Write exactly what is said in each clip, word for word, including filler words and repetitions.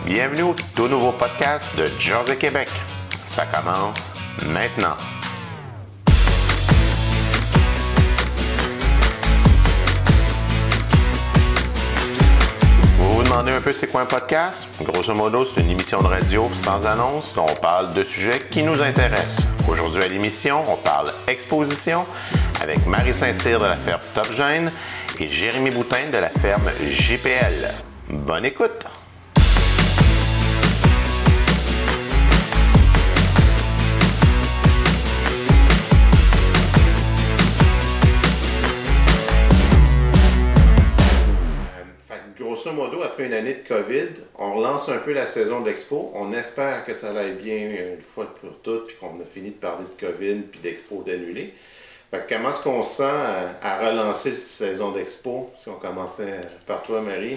Bienvenue au tout nouveau podcast de Jersey Québec. Ça commence maintenant. Vous vous demandez un peu c'est quoi un podcast? Grosso modo, c'est une émission de radio sans annonce dont on parle de sujets qui nous intéressent. Aujourd'hui à l'émission, on parle exposition avec Marie Saint-Cyr de la ferme Top Gène et Jérémy Boutin de la ferme J P L. Bonne écoute! Grosso modo, après une année de COVID, on relance un peu la saison d'expo. On espère que ça aille bien une fois pour toutes, puis qu'on a fini de parler de COVID puis d'expo d'annuler. Fait que comment est-ce qu'on se sent à, à relancer cette saison d'expo? Si on commençait par toi, Marie.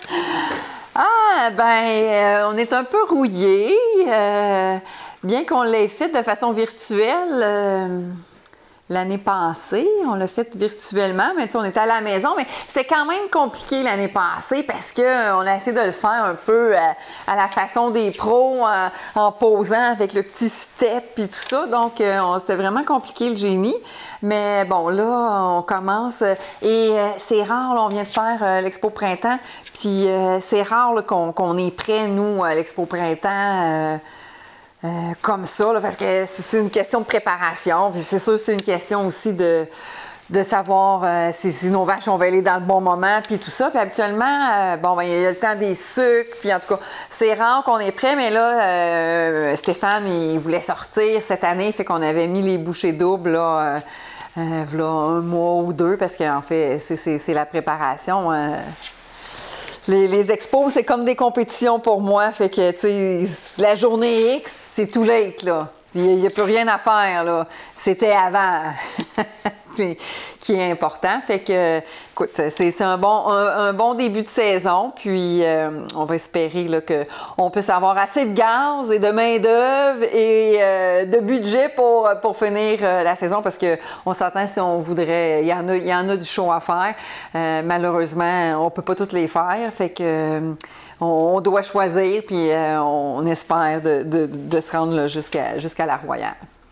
Ah, ben, euh, on est un peu rouillés. Euh, bien qu'on l'ait fait de façon virtuelle. Euh... L'année passée, on l'a fait virtuellement, mais tu sais, on était à la maison, mais c'était quand même compliqué l'année passée parce qu'on a essayé de le faire un peu à, à la façon des pros, en, en posant avec le petit step et tout ça. Donc, euh, on, c'était vraiment compliqué le génie. Mais bon, là, on commence et euh, c'est rare, là, on vient de faire euh, l'Expo Printemps, puis euh, c'est rare là, qu'on, qu'on est prêt, nous, à l'Expo Printemps. Euh, Euh, comme ça, là, parce que c'est une question de préparation. Puis c'est sûr que c'est une question aussi de, de savoir euh, si, si nos vaches ont veillé dans le bon moment, puis tout ça. Puis habituellement, euh, bon, ben, il y a le temps des sucres, puis en tout cas, c'est rare qu'on est prêt, mais là, euh, Stéphane, il voulait sortir cette année, fait qu'on avait mis les bouchées doubles, là, euh, euh, là un mois ou deux, parce qu'en fait, c'est, c'est, c'est la préparation. Euh, Les, les expos, c'est comme des compétitions pour moi. Fait que, tu sais, la journée X, c'est tout late, là. Il n'y a plus rien à faire, là. C'était avant. qui est important. Fait que, écoute, c'est, c'est un, bon, un, un bon début de saison. Puis, euh, on va espérer là, qu'on puisse avoir assez de gaz et de main-d'œuvre et euh, de budget pour, pour finir euh, la saison. Parce qu'on s'entend si on voudrait. Il y en a, il y en a du show à faire. Euh, malheureusement, on ne peut pas toutes les faire. Fait que. Euh, on doit choisir, puis euh, on espère de, de, de se rendre là, jusqu'à, jusqu'à la Royale.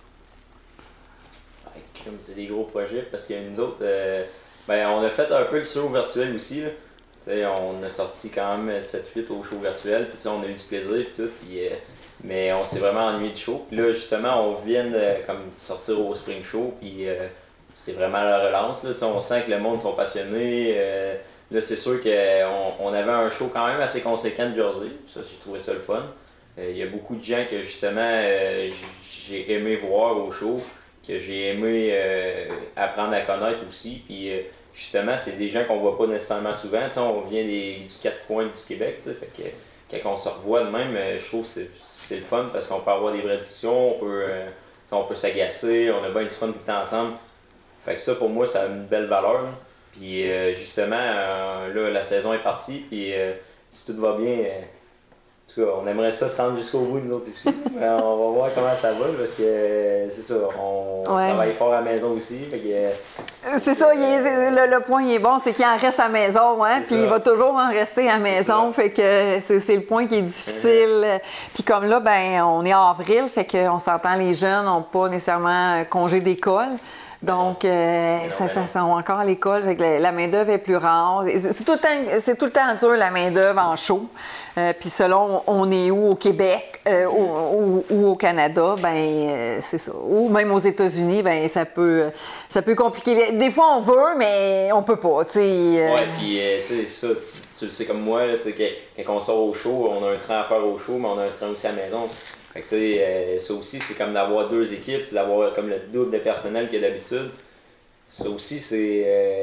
Comme c'est des gros projets parce que nous autres, euh, ben, on a fait un peu le show virtuel aussi. Là. On a sorti quand même sept huit au show virtuel, puis on a eu du plaisir et tout, pis, euh, mais on s'est vraiment ennuyé du show. Puis là, justement, on vient de comme, sortir au Spring Show, puis euh, c'est vraiment la relance. Là. On sent que le monde sont passionnés. Euh, là, c'est sûr qu'on on avait un show quand même assez conséquent de Jersey. Ça, j'ai trouvé ça le fun. Il euh, y a beaucoup de gens que justement euh, j'ai aimé voir au show, que j'ai aimé euh, apprendre à connaître aussi. Puis euh, justement, c'est des gens qu'on voit pas nécessairement souvent. T'sais, on vient des, du quatre coins du Québec. Fait que quand on se revoit de même, je trouve que c'est, c'est le fun parce qu'on peut avoir des vraies discussions, on peut, euh, on peut s'agacer, on a bien du fun tout le temps ensemble. Fait que ça, pour moi, ça a une belle valeur. Là. Puis euh, justement, euh, là, la saison est partie. Puis euh, si tout va bien, euh, en tout cas, on aimerait ça se rendre jusqu'au bout, nous autres aussi. On va voir comment ça va, parce que c'est ça, on ouais. travaille fort à la maison aussi. Fait que, c'est ça, il est, le, le point il est bon, c'est qu'il en reste à la maison, hein, puis il va toujours en rester à la maison, fait que c'est, c'est le point qui est difficile. Puis comme là, ben on est en avril, fait qu'on s'entend, les jeunes n'ont pas nécessairement congé d'école. Donc, euh, non, ça, ça, ça ont encore à l'école. La, la main-d'œuvre est plus rare. C'est tout le temps, c'est tout le temps dur, la main-d'œuvre en show. Euh, Puis selon on est où au Québec euh, ou, ou, ou au Canada, ben euh, c'est ça. Ou même aux États-Unis, ben ça peut, ça peut compliquer. Des fois, on veut, mais on peut pas. T'sais, euh... Ouais, puis euh, tu sais, ça, tu, tu le sais comme moi, là, quand, quand on sort au show, on a un train à faire au show, mais on a un train aussi à la maison. Fait que, tu sais, euh, ça aussi, c'est comme d'avoir deux équipes, c'est d'avoir comme le double de personnel qu'il y a d'habitude. Ça aussi, c'est,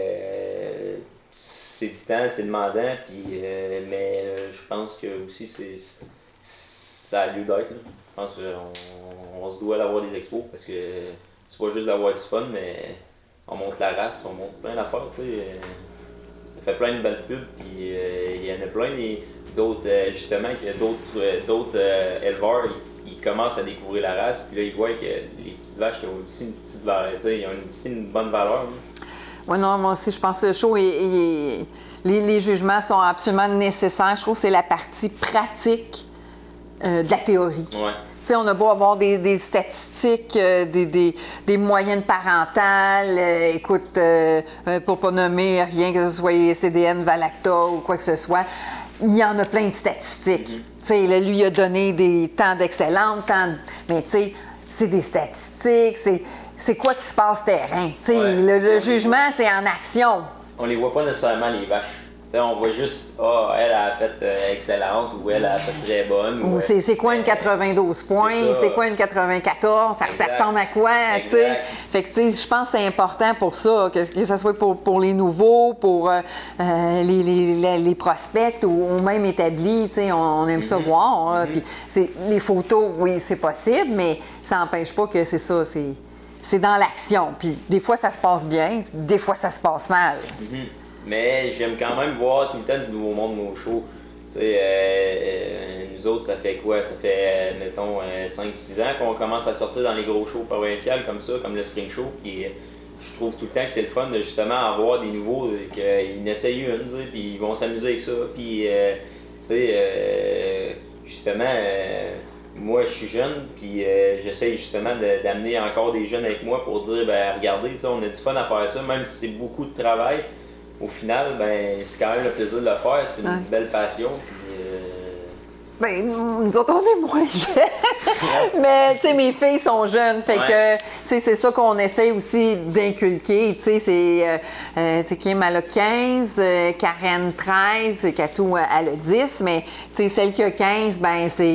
euh, c'est du temps, c'est demandant, puis, euh, mais euh, je pense que aussi, c'est, ça a lieu d'être. Là. Je pense qu'on on se doit d'avoir des expos, parce que c'est pas juste d'avoir du fun, mais on monte la race, on monte plein d'affaires, tu sais. Euh, ça fait plein de belles pubs, puis il euh, y en a plein et d'autres, euh, justement, que d'autres, euh, d'autres euh, éleveurs, ils commencent à découvrir la race, puis là, ils voient que les petites vaches, ils ont aussi une petite valeur, tu sais, ils ont aussi une bonne valeur. Oui, non, moi aussi, je pense que le show est, est, les, les jugements sont absolument nécessaires. Je trouve que c'est la partie pratique euh, de la théorie. Ouais. Tu sais, on a beau avoir des, des statistiques, euh, des, des, des moyennes parentales, euh, écoute, euh, euh, pour pas nommer rien, que ce soit C D N, Valacta ou quoi que ce soit, il y en a plein de statistiques. Mm-hmm. Tu sais, là, lui, il a donné des temps d'excellence, temps de... mais tu sais, c'est des statistiques, c'est, c'est quoi qui se passe terrain. Tu sais, ouais. le, le jugement, c'est en action. On les voit pas nécessairement, les vaches. T'sais, on voit juste, ah, oh, elle a fait euh, excellente ou elle a fait très bonne. Ou, ou c'est, c'est quoi une quatre-vingt-douze points, c'est, c'est quoi une quatre-vingt-quatorze, ça, ça ressemble à quoi, tu sais. Fait que, tu sais, je pense que c'est important pour ça, que, que ce soit pour, pour les nouveaux, pour euh, les, les, les prospects ou, ou même établis, tu sais, on, on aime mm-hmm. ça voir. Hein, mm-hmm. Puis c'est, les photos, oui, c'est possible, mais ça n'empêche pas que c'est ça, c'est, c'est dans l'action. Puis des fois, ça se passe bien, des fois, ça se passe mal. Mm-hmm. Mais j'aime quand même voir tout le temps du nouveau monde au show. Tu sais, euh, euh, nous autres, ça fait quoi? Ça fait, euh, mettons, euh, cinq six ans qu'on commence à sortir dans les gros shows provinciaux comme ça, comme le Spring Show. Puis euh, je trouve tout le temps que c'est le fun de justement avoir des nouveaux, qu'ils essayent une, tu sais, puis ils vont s'amuser avec ça. Puis, euh, tu sais, euh, justement, euh, moi, je suis jeune, puis euh, j'essaye justement de, d'amener encore des jeunes avec moi pour dire, ben regardez, tu sais, on a du fun à faire ça, même si c'est beaucoup de travail. Au final, ben, c'est quand même le plaisir de le faire, c'est une ouais. belle passion. Puis, euh... ben, nous autres, on est moins jeunes. Mais, tu sais, mes filles sont jeunes. Fait ouais. que, tu sais, c'est ça qu'on essaie aussi d'inculquer. Tu sais, c'est, euh, euh, tu sais, Kim, elle a quinze, euh, Karen, treize, Katou, elle a dix. Mais, tu sais, celle qui a quinze, ben, c'est.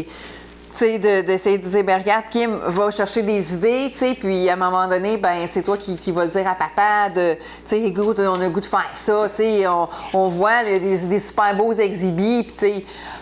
De, d'essayer de dire, ben, regarde, Kim, va chercher des idées, tu sais, puis à un moment donné, ben c'est toi qui, qui vas le dire à papa de, tu sais, écoute, on a le goût de faire ça, tu sais, on, on voit là, des, des super beaux exhibits, puis tu sais,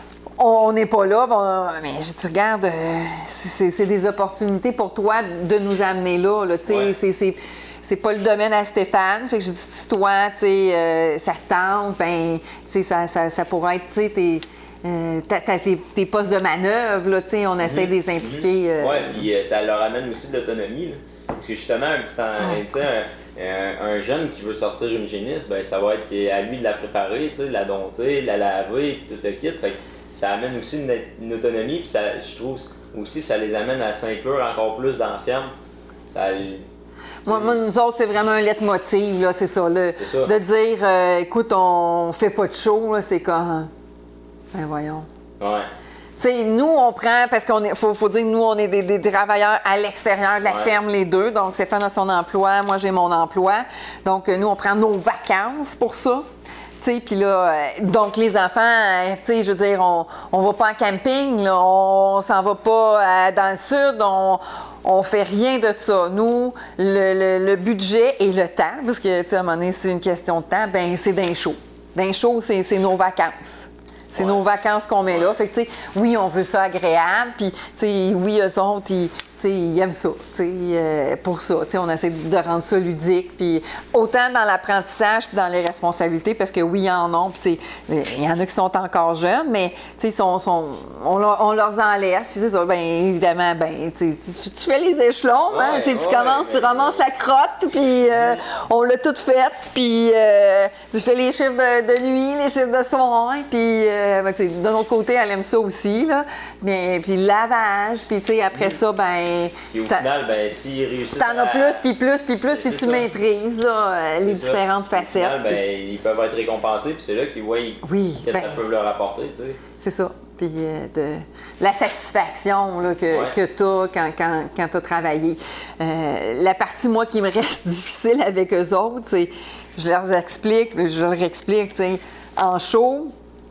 on n'est pas là, bon, mais je te regarde, euh, c'est, c'est des opportunités pour toi de nous amener là, là tu sais, ouais. c'est, c'est, c'est pas le domaine à Stéphane, fait que je dis, si toi, tu sais, euh, ça te tente, ben, tu sais, ça, ça, ça pourrait être, tu sais, t'es... Euh, t'as, t'as tes, tes postes de manœuvre, là, on essaie mm-hmm. de les impliquer. Euh... Oui, puis euh, ça leur amène aussi de l'autonomie. Là. Parce que justement, un, petit en, un, un, un jeune qui veut sortir une génisse, ben, ça va être à lui de la préparer, de la dompter, de la laver, puis tout le kit. Fait que ça amène aussi une, une autonomie, puis ça, je trouve aussi ça les amène à s'inclure encore plus dans la ferme. Ça, Moi, moi, nous autres, c'est vraiment un leitmotiv, là, c'est ça, là, c'est ça. De dire, euh, écoute, on fait pas de show, là, c'est comme... Ben voyons. Ouais. Tu sais, nous, on prend, parce qu'on est, faut, faut dire, nous, on est des, des travailleurs à l'extérieur de la ouais. ferme, les deux. Donc, Stéphane a son emploi, moi, j'ai mon emploi. Donc, nous, on prend nos vacances pour ça. Tu sais, puis là, euh, donc, les enfants, tu sais, je veux dire, on, on va pas en camping, là, on s'en va pas euh, dans le sud, on, on fait rien de ça. Nous, le, le, le budget et le temps, parce que, tu sais, à un moment donné, c'est une question de temps, ben c'est d'un show. D'un show, c'est, c'est nos vacances. C'est ouais. nos vacances qu'on met là. Fait que, tu sais, oui, on veut ça agréable, puis, tu sais, oui, eux autres, ils, ils aiment ça, tu sais, euh, pour ça. Tu sais, on essaie de rendre ça ludique, puis autant dans l'apprentissage puis dans les responsabilités, parce que oui, il y en a, puis, tu sais, il y en a qui sont encore jeunes, mais, tu sais, sont, sont, on, on leur en laisse, puis c'est ça, bien évidemment, ben, tu, tu, tu fais les échelons, hein, ouais, tu ouais, commences, ouais, tu ramasses ouais. la crotte, puis euh, on l'a tout fait, puis euh, tu fais les chiffres de, de nuit, les chiffres de soir, puis, euh, ben, tu sais, de l'autre côté, elle aime ça aussi, là, mais, puis le lavage, puis, tu sais, après mmh. ça, ben, puis au final, ben, s'ils réussissent t'en à... as plus, puis plus, puis plus, puis tu ça. maîtrises là, les c'est différentes ça. facettes. Au final, ben, puis... ils peuvent être récompensés, puis c'est là qu'ils voient oui, qu'est-ce ben, que ça peut leur apporter, tu sais. C'est ça. Puis euh, de la satisfaction là, que, ouais. que tu as quand, quand, quand tu as travaillé. Euh, la partie, moi, qui me reste difficile avec eux autres, c'est je leur explique, je leur explique, tu sais, en show,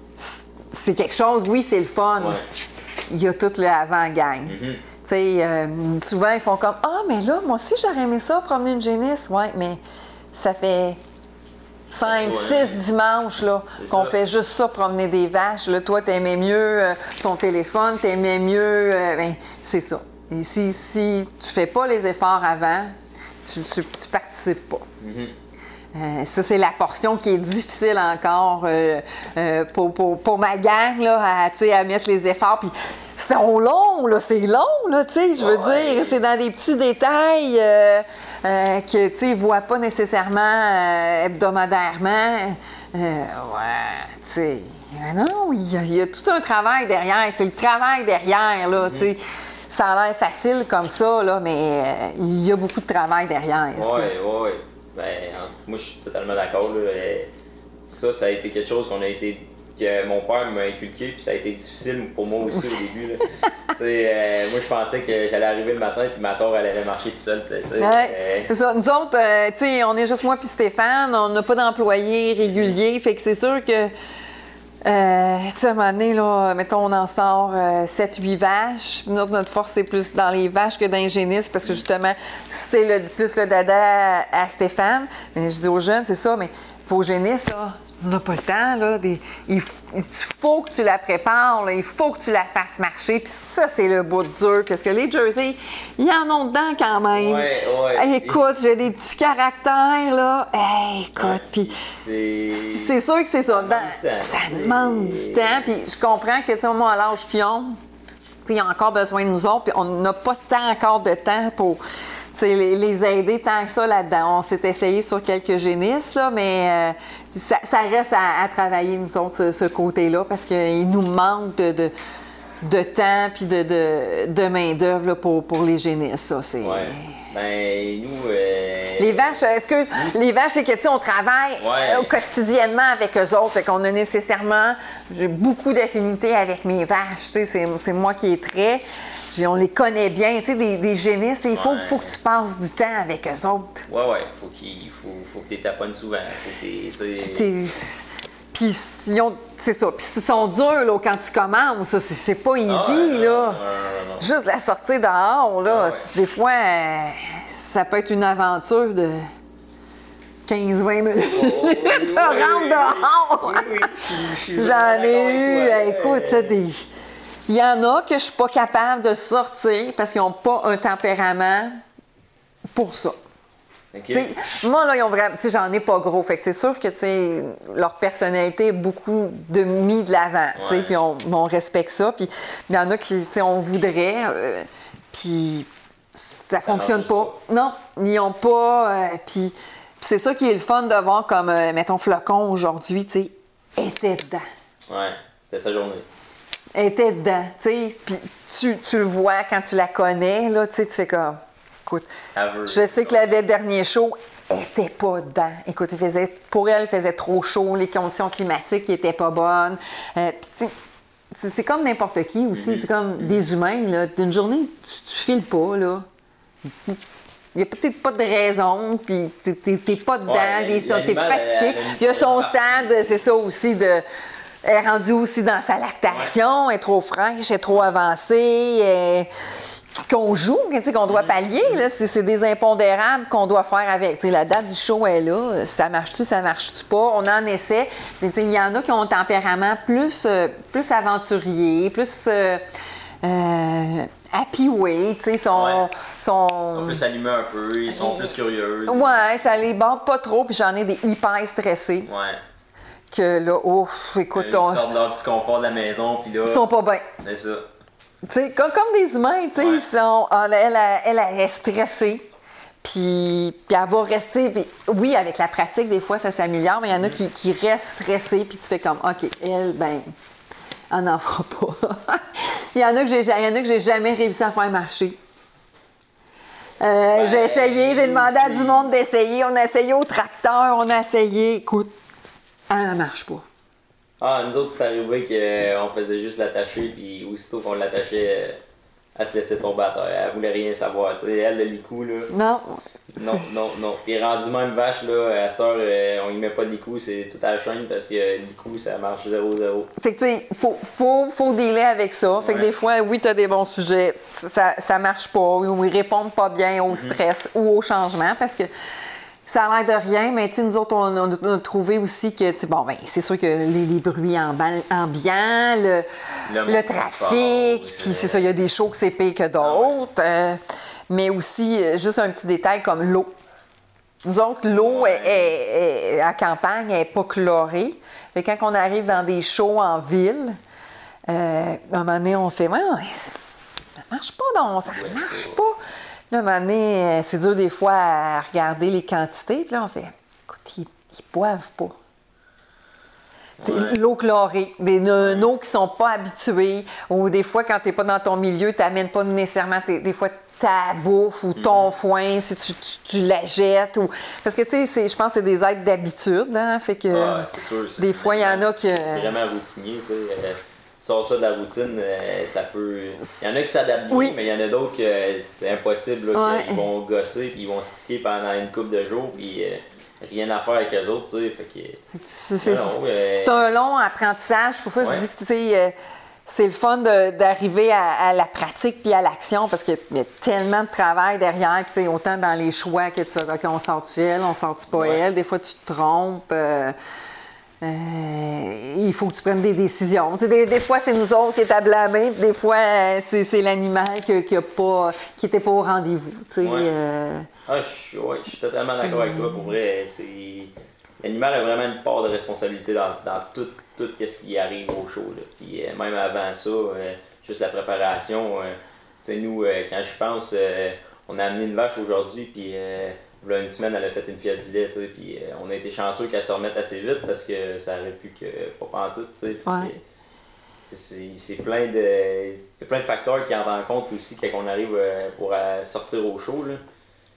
c'est quelque chose, oui, c'est le fun. Ouais. Il y a tout le avant-gang. Mm-hmm. Tu sais, euh, souvent, ils font comme « Ah, mais là, moi aussi, j'aurais aimé ça, promener une génisse. » Ouais, mais ça fait cinq, six dimanches là, qu'on fait juste ça, promener des vaches. Là, toi, t'aimais mieux euh, ton téléphone, t'aimais mieux... Euh, ben, c'est ça. Et si, si tu fais pas les efforts avant, tu, tu, tu participes pas. Mm-hmm. Euh, ça, c'est la portion qui est difficile encore euh, euh, pour, pour, pour ma gang, là, à, à mettre les efforts. Puis, ils sont longs, là, c'est long, là, tu sais, je veux ouais. dire, c'est dans des petits détails euh, euh, que, tu sais, ils ne voient pas nécessairement euh, hebdomadairement. Euh, ouais, tu sais. Non, il y, a, il y a tout un travail derrière. C'est le travail derrière, là, mm-hmm. tu sais. Ça a l'air facile comme ça, là, mais euh, il y a beaucoup de travail derrière. Oui, oui. Ben, moi, je suis totalement d'accord. Là. Ça, ça a été quelque chose qu'on a été. Que mon père m'a inculqué, puis ça a été difficile pour moi aussi au début. Là. euh, moi, je pensais que j'allais arriver le matin, puis ma tour, elle allait marcher tout seul. Ouais, euh... c'est ça. Nous autres, euh, tu sais, on est juste moi puis Stéphane, on n'a pas d'employés réguliers, fait que c'est sûr que. Euh, tu sais, à un moment donné, là, mettons, on en sort euh, sept huit vaches. Notre, notre force, c'est plus dans les vaches que dans les génisses, parce que justement, c'est le, plus le dada à, à Stéphane. Mais je dis aux jeunes, c'est ça, mais pour génisses, là, on n'a pas le temps, là. Des, il, il faut que tu la prépares, là, il faut que tu la fasses marcher. Puis ça, c'est le bout dur, parce que les jerseys, il y en a dedans quand même. Ouais, ouais. Hey, écoute, j'ai des petits caractères, là. Hey, écoute, ouais, puis c'est... c'est sûr que c'est ça. Ça demande du temps. Ça demande du temps, puis je comprends que, tu sais, moi, à l'âge qu'ils ont, ils ont encore besoin de nous autres, puis on n'a pas tant encore de temps pour... Les, les aider tant que ça là-dedans. On s'est essayé sur quelques génisses, là, mais euh, ça, ça reste à, à travailler, nous autres, ce, ce côté-là, parce qu'il nous manque de, de, de temps puis de, de, de main-d'œuvre pour, pour les génisses. Ça, c'est... Ouais. Ben, nous. Euh... Les vaches, est-ce que nous, les vaches, c'est que, tu sais, on travaille ouais. euh, quotidiennement avec eux autres, fait qu'on a nécessairement. J'ai beaucoup d'affinités avec mes vaches, tu sais, c'est, c'est moi qui les trais. On les connaît bien, tu sais, des, des génisses, il faut, ouais. faut que tu passes du temps avec eux autres. Ouais, ouais, faut qu'il faut, faut que tu les taponnes souvent. Puis, c'est ça, puis ils sont durs, là, quand tu commences, ça, c'est, c'est pas easy, ah ouais, là. Non, non, non, non. Juste la sortie dehors, là, ah ouais. Des fois, euh, ça peut être une aventure de quinze vingt minutes. Oh, oh, oui, tu oui, rentres oui, dehors. Oui, oui, je, je J'en ai eu, toi. Écoute, ouais. des... Il y en a que je suis pas capable de sortir parce qu'ils n'ont pas un tempérament pour ça. Okay. Moi, là, ils ont vraiment, j'en ai pas gros. Fait que c'est sûr que leur personnalité est beaucoup de mis de l'avant. Ouais. Puis on, on respecte ça. Puis il y en a qui, on voudrait, euh, puis ça, ça fonctionne pas. pas. Non, ils n'ont pas. Euh, puis c'est ça qui est le fun de voir comme, euh, mettons, Flocon aujourd'hui, tu sais, était dedans. Ouais, c'était sa journée. Elle était dedans, tu sais, puis tu, tu le vois quand tu la connais, là, tu sais, tu fais comme, écoute, je sais que le dernier show, elle était pas dedans. Écoute, il faisait, pour elle, il faisait trop chaud, les conditions climatiques n'étaient pas bonnes. Euh, puis c'est, c'est comme n'importe qui aussi, mm-hmm. c'est comme mm-hmm. des humains, là. D'une journée, tu, tu files pas, là. Il n'y a peut-être pas de raison, puis t'es, t'es pas dedans, ouais, t'es fatigué. Il y a son stade, c'est ça aussi, de... Elle est rendue aussi dans sa lactation, ouais. Elle est trop fraîche, elle est trop avancée, elle... qu'on joue, qu'on doit pallier. Là, c'est, c'est des impondérables qu'on doit faire avec. T'sais, la date du show est là, ça marche-tu, ça marche-tu pas, on en essaie. Il y en a qui ont un tempérament plus, euh, plus aventurier, plus euh, euh, happy way, ils sont, ouais. sont... Ils sont plus allumés un peu, ils sont plus curieux. Ouais, ça les barre pas trop, puis j'en ai des hyper stressés. Ouais. Que là, ouf, écoute, ils on... sortent de leur petit confort de la maison, puis là... Ils sont pas bien. C'est ça. Tu sais, comme, comme des humains, tu sais, ouais. ils sont... Elle, elle, elle, elle est stressée, puis, puis elle va rester... Puis, oui, avec la pratique, des fois, ça s'améliore, mais il y en a mm. qui, qui restent stressés, puis tu fais comme, OK, elle, ben, elle n'en fera pas. Il y en a que j'ai, il y en a que j'ai jamais réussi à faire marcher. Euh, ben, j'ai essayé, j'ai demandé aussi. À du monde d'essayer, on a essayé au tracteur, on a essayé, écoute, elle ne marche pas. Ah, nous autres, c'est arrivé qu'on faisait juste l'attacher, puis aussitôt qu'on l'attachait, elle se laissait tomber à terre. Elle voulait rien savoir. Tu sais, elle, le licou, là. Non. Non, non, non. Puis rendu même vache, là, à cette heure, on y met pas de licou, c'est tout à la chaîne parce que le licou, ça marche zéro zéro. Fait que, tu sais, faut, faut, faut dealer avec ça. Fait ouais. que des fois, oui, tu as des bons sujets, ça, ça marche pas, ou ils répondent pas bien au stress mm-hmm. ou au changement parce que. Ça a l'air de rien, mais nous autres, on a, on a trouvé aussi que, bon, ben, c'est sûr que les, les bruits ambiants, le, le, le trafic, puis c'est ça, il y a des shows que c'est pire que d'autres. Ah ouais. euh, mais aussi, juste un petit détail comme l'eau. Nous autres, l'eau ouais. est, est, est, à campagne, elle n'est pas chlorée. Mais quand on arrive dans des shows en ville, euh, à un moment donné, on fait, ouais, ça marche pas, donc, ça ouais, marche pas. Là, à un moment donné, c'est dur des fois à regarder les quantités. Puis là, on fait, écoute, ils, ils boivent pas. Ouais. L'eau chlorée, des ouais. eaux qui sont pas habituées, ou des fois, quand tu n'es pas dans ton milieu, tu n'amènes pas nécessairement, des fois, ta bouffe ou ton mm-hmm. foin, si tu, tu, tu la jettes. Ou... Parce que, tu sais, je pense que c'est des aides d'habitude, hein, fait que ah, c'est sûr, c'est des fois, il y en a qui... Vraiment routinier, tu sais. Euh, tu sors ça de la routine, euh, ça peut... Il y en a qui s'adaptent bien, oui. mais il y en a d'autres que euh, c'est impossible, là, ouais. qu'ils vont gosser, puis ils vont sticker pendant une couple de jours, puis... Euh, rien à faire avec eux autres, tu sais, fait que... C'est, c'est, non, euh... c'est un long apprentissage, pour ça que ouais. je dis que, tu sais, euh, c'est le fun de, d'arriver à, à la pratique puis à l'action, parce qu'il y a tellement de travail derrière, tu sais, autant dans les choix que tu sais, OK, on sort-tu elle, on sort-tu pas ouais. elle, des fois tu te trompes, euh, euh, il faut que tu prennes des décisions. Tu sais, des, des fois, c'est nous autres qui est à blâmer, puis des fois, euh, c'est, c'est l'animal qui n'était pas, pas au rendez-vous, tu sais. Ouais. Euh, Ah, je, ouais, je suis totalement d'accord avec toi. Pour vrai, c'est... l'animal a vraiment une part de responsabilité dans, dans tout, tout ce qui arrive au show. Là. Puis euh, même avant ça, euh, juste la préparation. Euh, tu sais, nous, euh, quand je pense, euh, on a amené une vache aujourd'hui, puis euh, là, une semaine, elle a fait une fièvre du lait, tu sais, puis euh, on a été chanceux qu'elle se remette assez vite parce que ça aurait pu que pas pantoute, tu sais. Ouais. C'est, c'est, c'est plein de... Il y a plein de facteurs qui entrent en compte aussi quand on arrive euh, pour euh, sortir au show, là.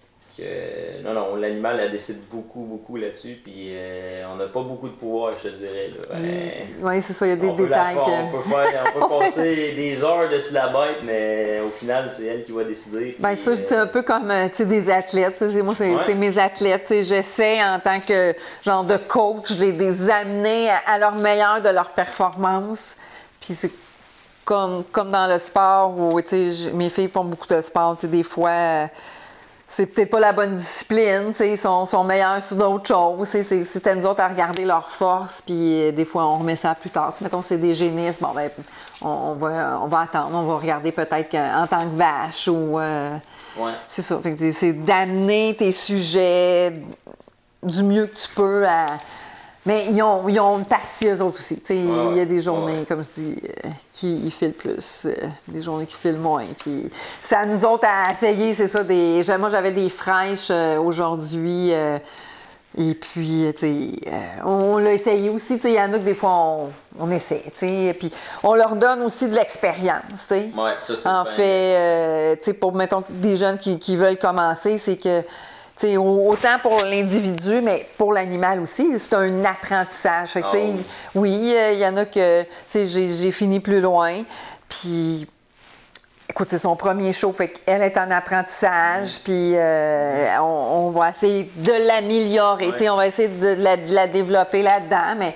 Que, non, non, l'animal, elle décide beaucoup, beaucoup là-dessus, puis euh, on n'a pas beaucoup de pouvoir, je te dirais. Là. Ouais, oui, c'est ça, il y a des on détails. Peut que... On peut, faire, on peut passer des heures dessus la bête, mais au final, c'est elle qui va décider. Bien, ça, c'est euh... un peu comme des athlètes. T'sais, moi, c'est, ouais. c'est mes athlètes. T'sais, j'essaie, en tant que genre de coach, de les amener à, à leur meilleur de leur performance. Puis c'est comme, comme dans le sport où mes filles font beaucoup de sport. Des fois... Euh, c'est peut-être pas la bonne discipline, ils sont, sont meilleurs sur d'autres choses. C'est, c'est, c'est à nous autres à regarder leurs forces, puis euh, des fois, on remet ça plus tard. T'sais, mettons, c'est des génisses, bon, ben, on, on, va, on va attendre, on va regarder peut-être en tant que vache ou... Euh, ouais. C'est ça, fait que c'est d'amener tes sujets du mieux que tu peux à... Mais ils ont, ils ont une partie, eux autres aussi. Il ouais, y a des journées, ouais. comme je dis, euh, qui filent plus, euh, des journées qui filent moins. Puis c'est à nous autres à essayer, c'est ça. Des, moi, j'avais des fraîches euh, aujourd'hui. Euh, et puis, tu sais, euh, on, on l'a essayé aussi. Il y en a que des fois, on, on essaie. Puis on leur donne aussi de l'expérience. Ouais, ça, c'est en bien. fait, euh, tu sais, pour, mettons, des jeunes qui, qui veulent commencer, c'est que... T'sais, autant pour l'individu, mais pour l'animal aussi, c'est un apprentissage. Fait que, oh. Oui, il euh, y en a que j'ai, j'ai fini plus loin. Puis, écoute, c'est son premier show, fait qu'elle est en apprentissage. Mm. Puis, euh, on, on va essayer de l'améliorer. Ouais. On va essayer de la, de la développer là-dedans. Mais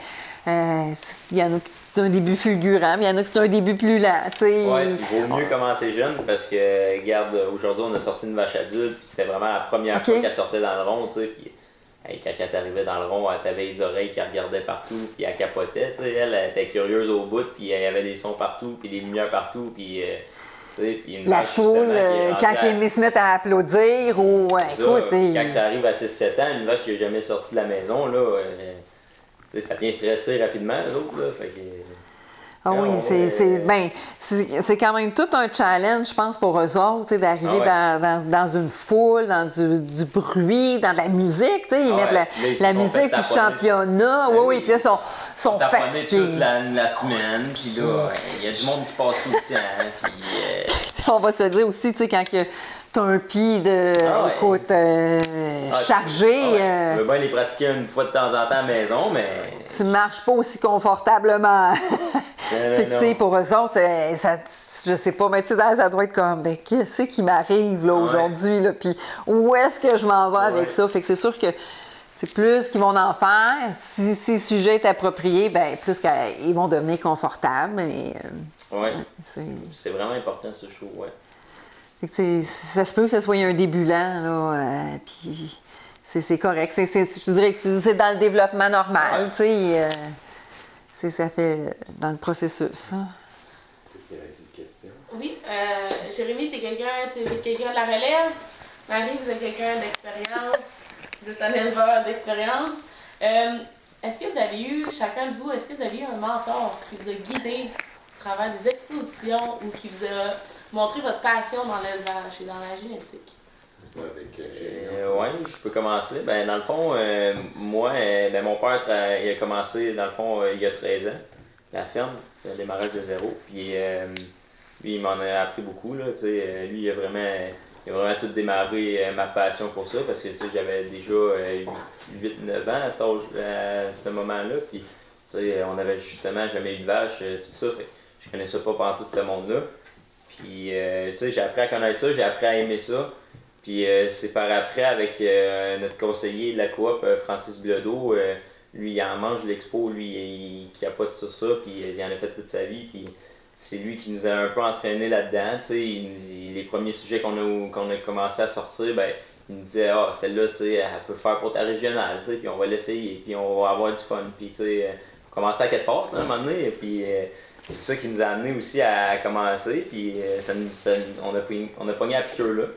il euh, y en a qui c'est un début fulgurant, mais il y en a qui c'est un début plus lent. Oui, il vaut mieux commencer jeune parce que, regarde, aujourd'hui, on a sorti une vache adulte, puis c'était vraiment la première okay. fois qu'elle sortait dans le rond, tu sais. Puis, hey, quand elle arrivait dans le rond, elle avait les oreilles qui regardaient partout, puis elle capotait, tu sais. Elle, elle était curieuse au bout, puis il y avait des sons partout, puis des lumières partout, puis. Euh, Puis la foule, euh, quand ils se mettent à applaudir, ou euh, écoute. Et... Quand ça arrive à six sept ans, une vache qui n'a jamais sorti de la maison, là. Euh, ça vient stresser rapidement, les autres, là. Fait que... Ah oui, c'est, c'est, ben, c'est, c'est quand même tout un challenge, je pense, pour eux autres, d'arriver ah ouais. dans, dans, dans une foule, dans du, du bruit, dans de la musique. Ils ah mettent ouais. la, là, la musique du championnat. Ben oui, oui, puis là, ils sont, sont fatigués. toute la, la semaine, puis là, il y a du monde qui passe tout le temps. Puis, euh... on va se dire aussi, tu sais, quand que t'as un pied de ah ouais. écoute, euh, ah, chargé. Tu, ah ouais. euh, tu veux bien les pratiquer une fois de temps en temps à la maison, mais. Tu marches pas aussi confortablement. Fait que, tu sais, pour eux autres, ça, je sais pas, mais tu sais, ça doit être comme, ben, qu'est-ce qui m'arrive, là, aujourd'hui, là, puis où est-ce que je m'en vais ouais. avec ça? Fait que c'est sûr que, c'est plus qu'ils vont en faire. Si, si le sujet est approprié, ben plus qu'ils vont devenir confortables. Et, euh, oui, c'est... c'est vraiment important, ce show, ouais. Fait que, ça se peut que ce soit un début lent, là, euh, puis c'est, c'est correct. C'est, c'est, je dirais que c'est, c'est dans le développement normal, ouais. tu sais. Euh, c'est, ça fait dans le processus. Hein. Il y a une question. Oui, euh, Jérémy, t'es quelqu'un, t'es quelqu'un de la relève. Marie, vous êtes quelqu'un d'expérience. Vous êtes un éleveur d'expérience. Euh, est-ce que vous avez eu, chacun de vous, est-ce que vous avez eu un mentor qui vous a guidé à travers des expositions ou qui vous a montré votre passion dans l'élevage et dans la génétique? Avec Euh, ouais, je peux commencer. Ben, dans le fond, euh, moi, euh, ben, mon père tra- il a commencé, dans le fond, euh, il y a treize ans, la ferme, le démarrage de zéro. Puis euh, lui, il m'en a appris beaucoup. Là, tu sais, euh, lui, il a vraiment, il a vraiment tout démarré euh, ma passion pour ça parce que tu sais, j'avais déjà euh, huit neuf ans à, cet âge- à ce moment-là. Puis tu sais, on avait justement jamais eu de vache, euh, tout ça. Fait, que je connaissais pas pendant tout ce monde-là. Puis euh, tu sais, j'ai appris à connaître ça, j'ai appris à aimer ça. Puis euh, c'est par après avec euh, notre conseiller de la coop, euh, Francis Bilodeau, euh, lui il en mange l'expo, lui il, il capote sur ça, puis il en a fait toute sa vie, puis c'est lui qui nous a un peu entraîné là-dedans, tu sais, il- il- les premiers sujets qu'on a, qu'on a commencé à sortir, ben il nous disait ah celle-là tu sais elle peut faire pour ta régionale, tu sais, puis on va l'essayer, puis on va avoir du fun, puis tu sais, on commencer à quelque part, tu sais, à un moment donné, puis euh, c'est ça qui nous a amené aussi à commencer, puis euh, ça nous, ça, on a pogné, on a pogné à piqûre là.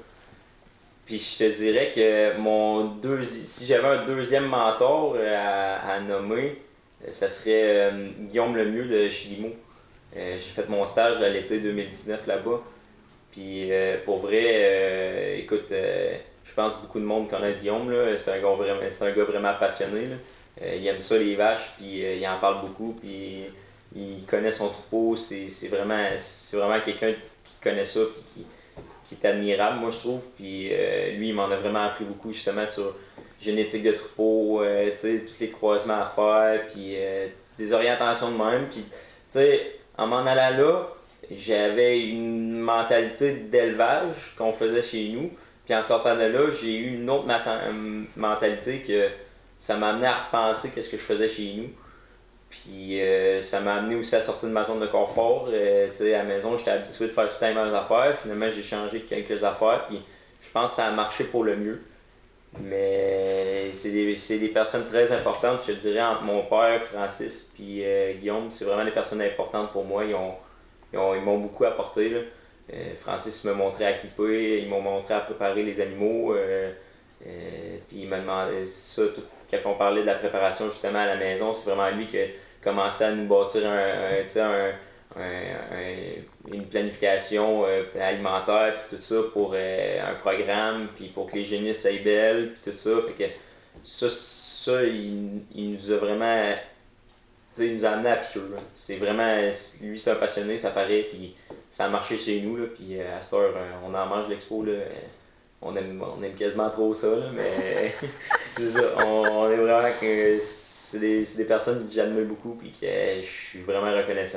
Puis je te dirais que mon deuxi- si j'avais un deuxième mentor à, à nommer, ça serait euh, Guillaume Lemieux de Chilimo. Euh, j'ai fait mon stage à l'été deux mille dix-neuf là-bas. Puis euh, pour vrai, euh, écoute, euh, je pense que beaucoup de monde connaissent Guillaume. Là. C'est un gars vraiment, c'est un gars vraiment passionné. Là. Euh, il aime ça les vaches, puis euh, il en parle beaucoup. Puis il connaît son troupeau. C'est, c'est vraiment, c'est vraiment quelqu'un qui connaît ça, puis qui qui est admirable, moi je trouve. Puis euh, lui, il m'en a vraiment appris beaucoup justement sur génétique de troupeau, euh, tu sais, tous les croisements à faire, puis euh, des orientations de même. Puis, tu sais, en m'en allant là, j'avais une mentalité d'élevage qu'on faisait chez nous. Puis en sortant de là, j'ai eu une autre mata- mentalité que ça m'a amené à repenser qu'est-ce que je faisais chez nous. Puis euh, ça m'a amené aussi à sortir de ma zone de confort. Euh, tu sais, à la maison, j'étais habitué de faire tout le temps les mêmes affaires. Finalement, j'ai changé quelques affaires. Puis je pense que ça a marché pour le mieux. Mais c'est des, c'est des personnes très importantes, je te dirais, entre mon père, Francis, puis euh, Guillaume. C'est vraiment des personnes importantes pour moi. Ils, ont, ils, ont, ils m'ont beaucoup apporté. Là. Euh, Francis m'a montré à clipper, ils m'ont montré à préparer les animaux. Euh, euh, puis il m'a demandé ça, tout, quand on parlait de la préparation justement à la maison, c'est vraiment lui qui a commencé à nous bâtir un, un, un, un, un, une planification euh, alimentaire puis tout ça pour euh, un programme, puis pour que les génisses aillent belles, puis tout ça. Fait que ça, ça il, il nous a vraiment, il nous a amené à piqûre. Là. C'est vraiment, lui c'est un passionné, ça paraît, puis ça a marché chez nous, là, puis à cette heure, on en mange l'expo, là. On aime, on aime quasiment trop ça, là, mais c'est ça, on, on est vraiment que c'est des, c'est des personnes que j'admire beaucoup et que je suis vraiment reconnaissant.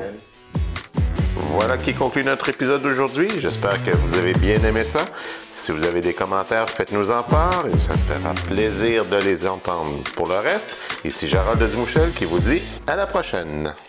Voilà qui conclut notre épisode d'aujourd'hui. J'espère que vous avez bien aimé ça. Si vous avez des commentaires, faites-nous en part et ça me fera plaisir de les entendre. Pour le reste, ici Gérald Dumouchel qui vous dit à la prochaine.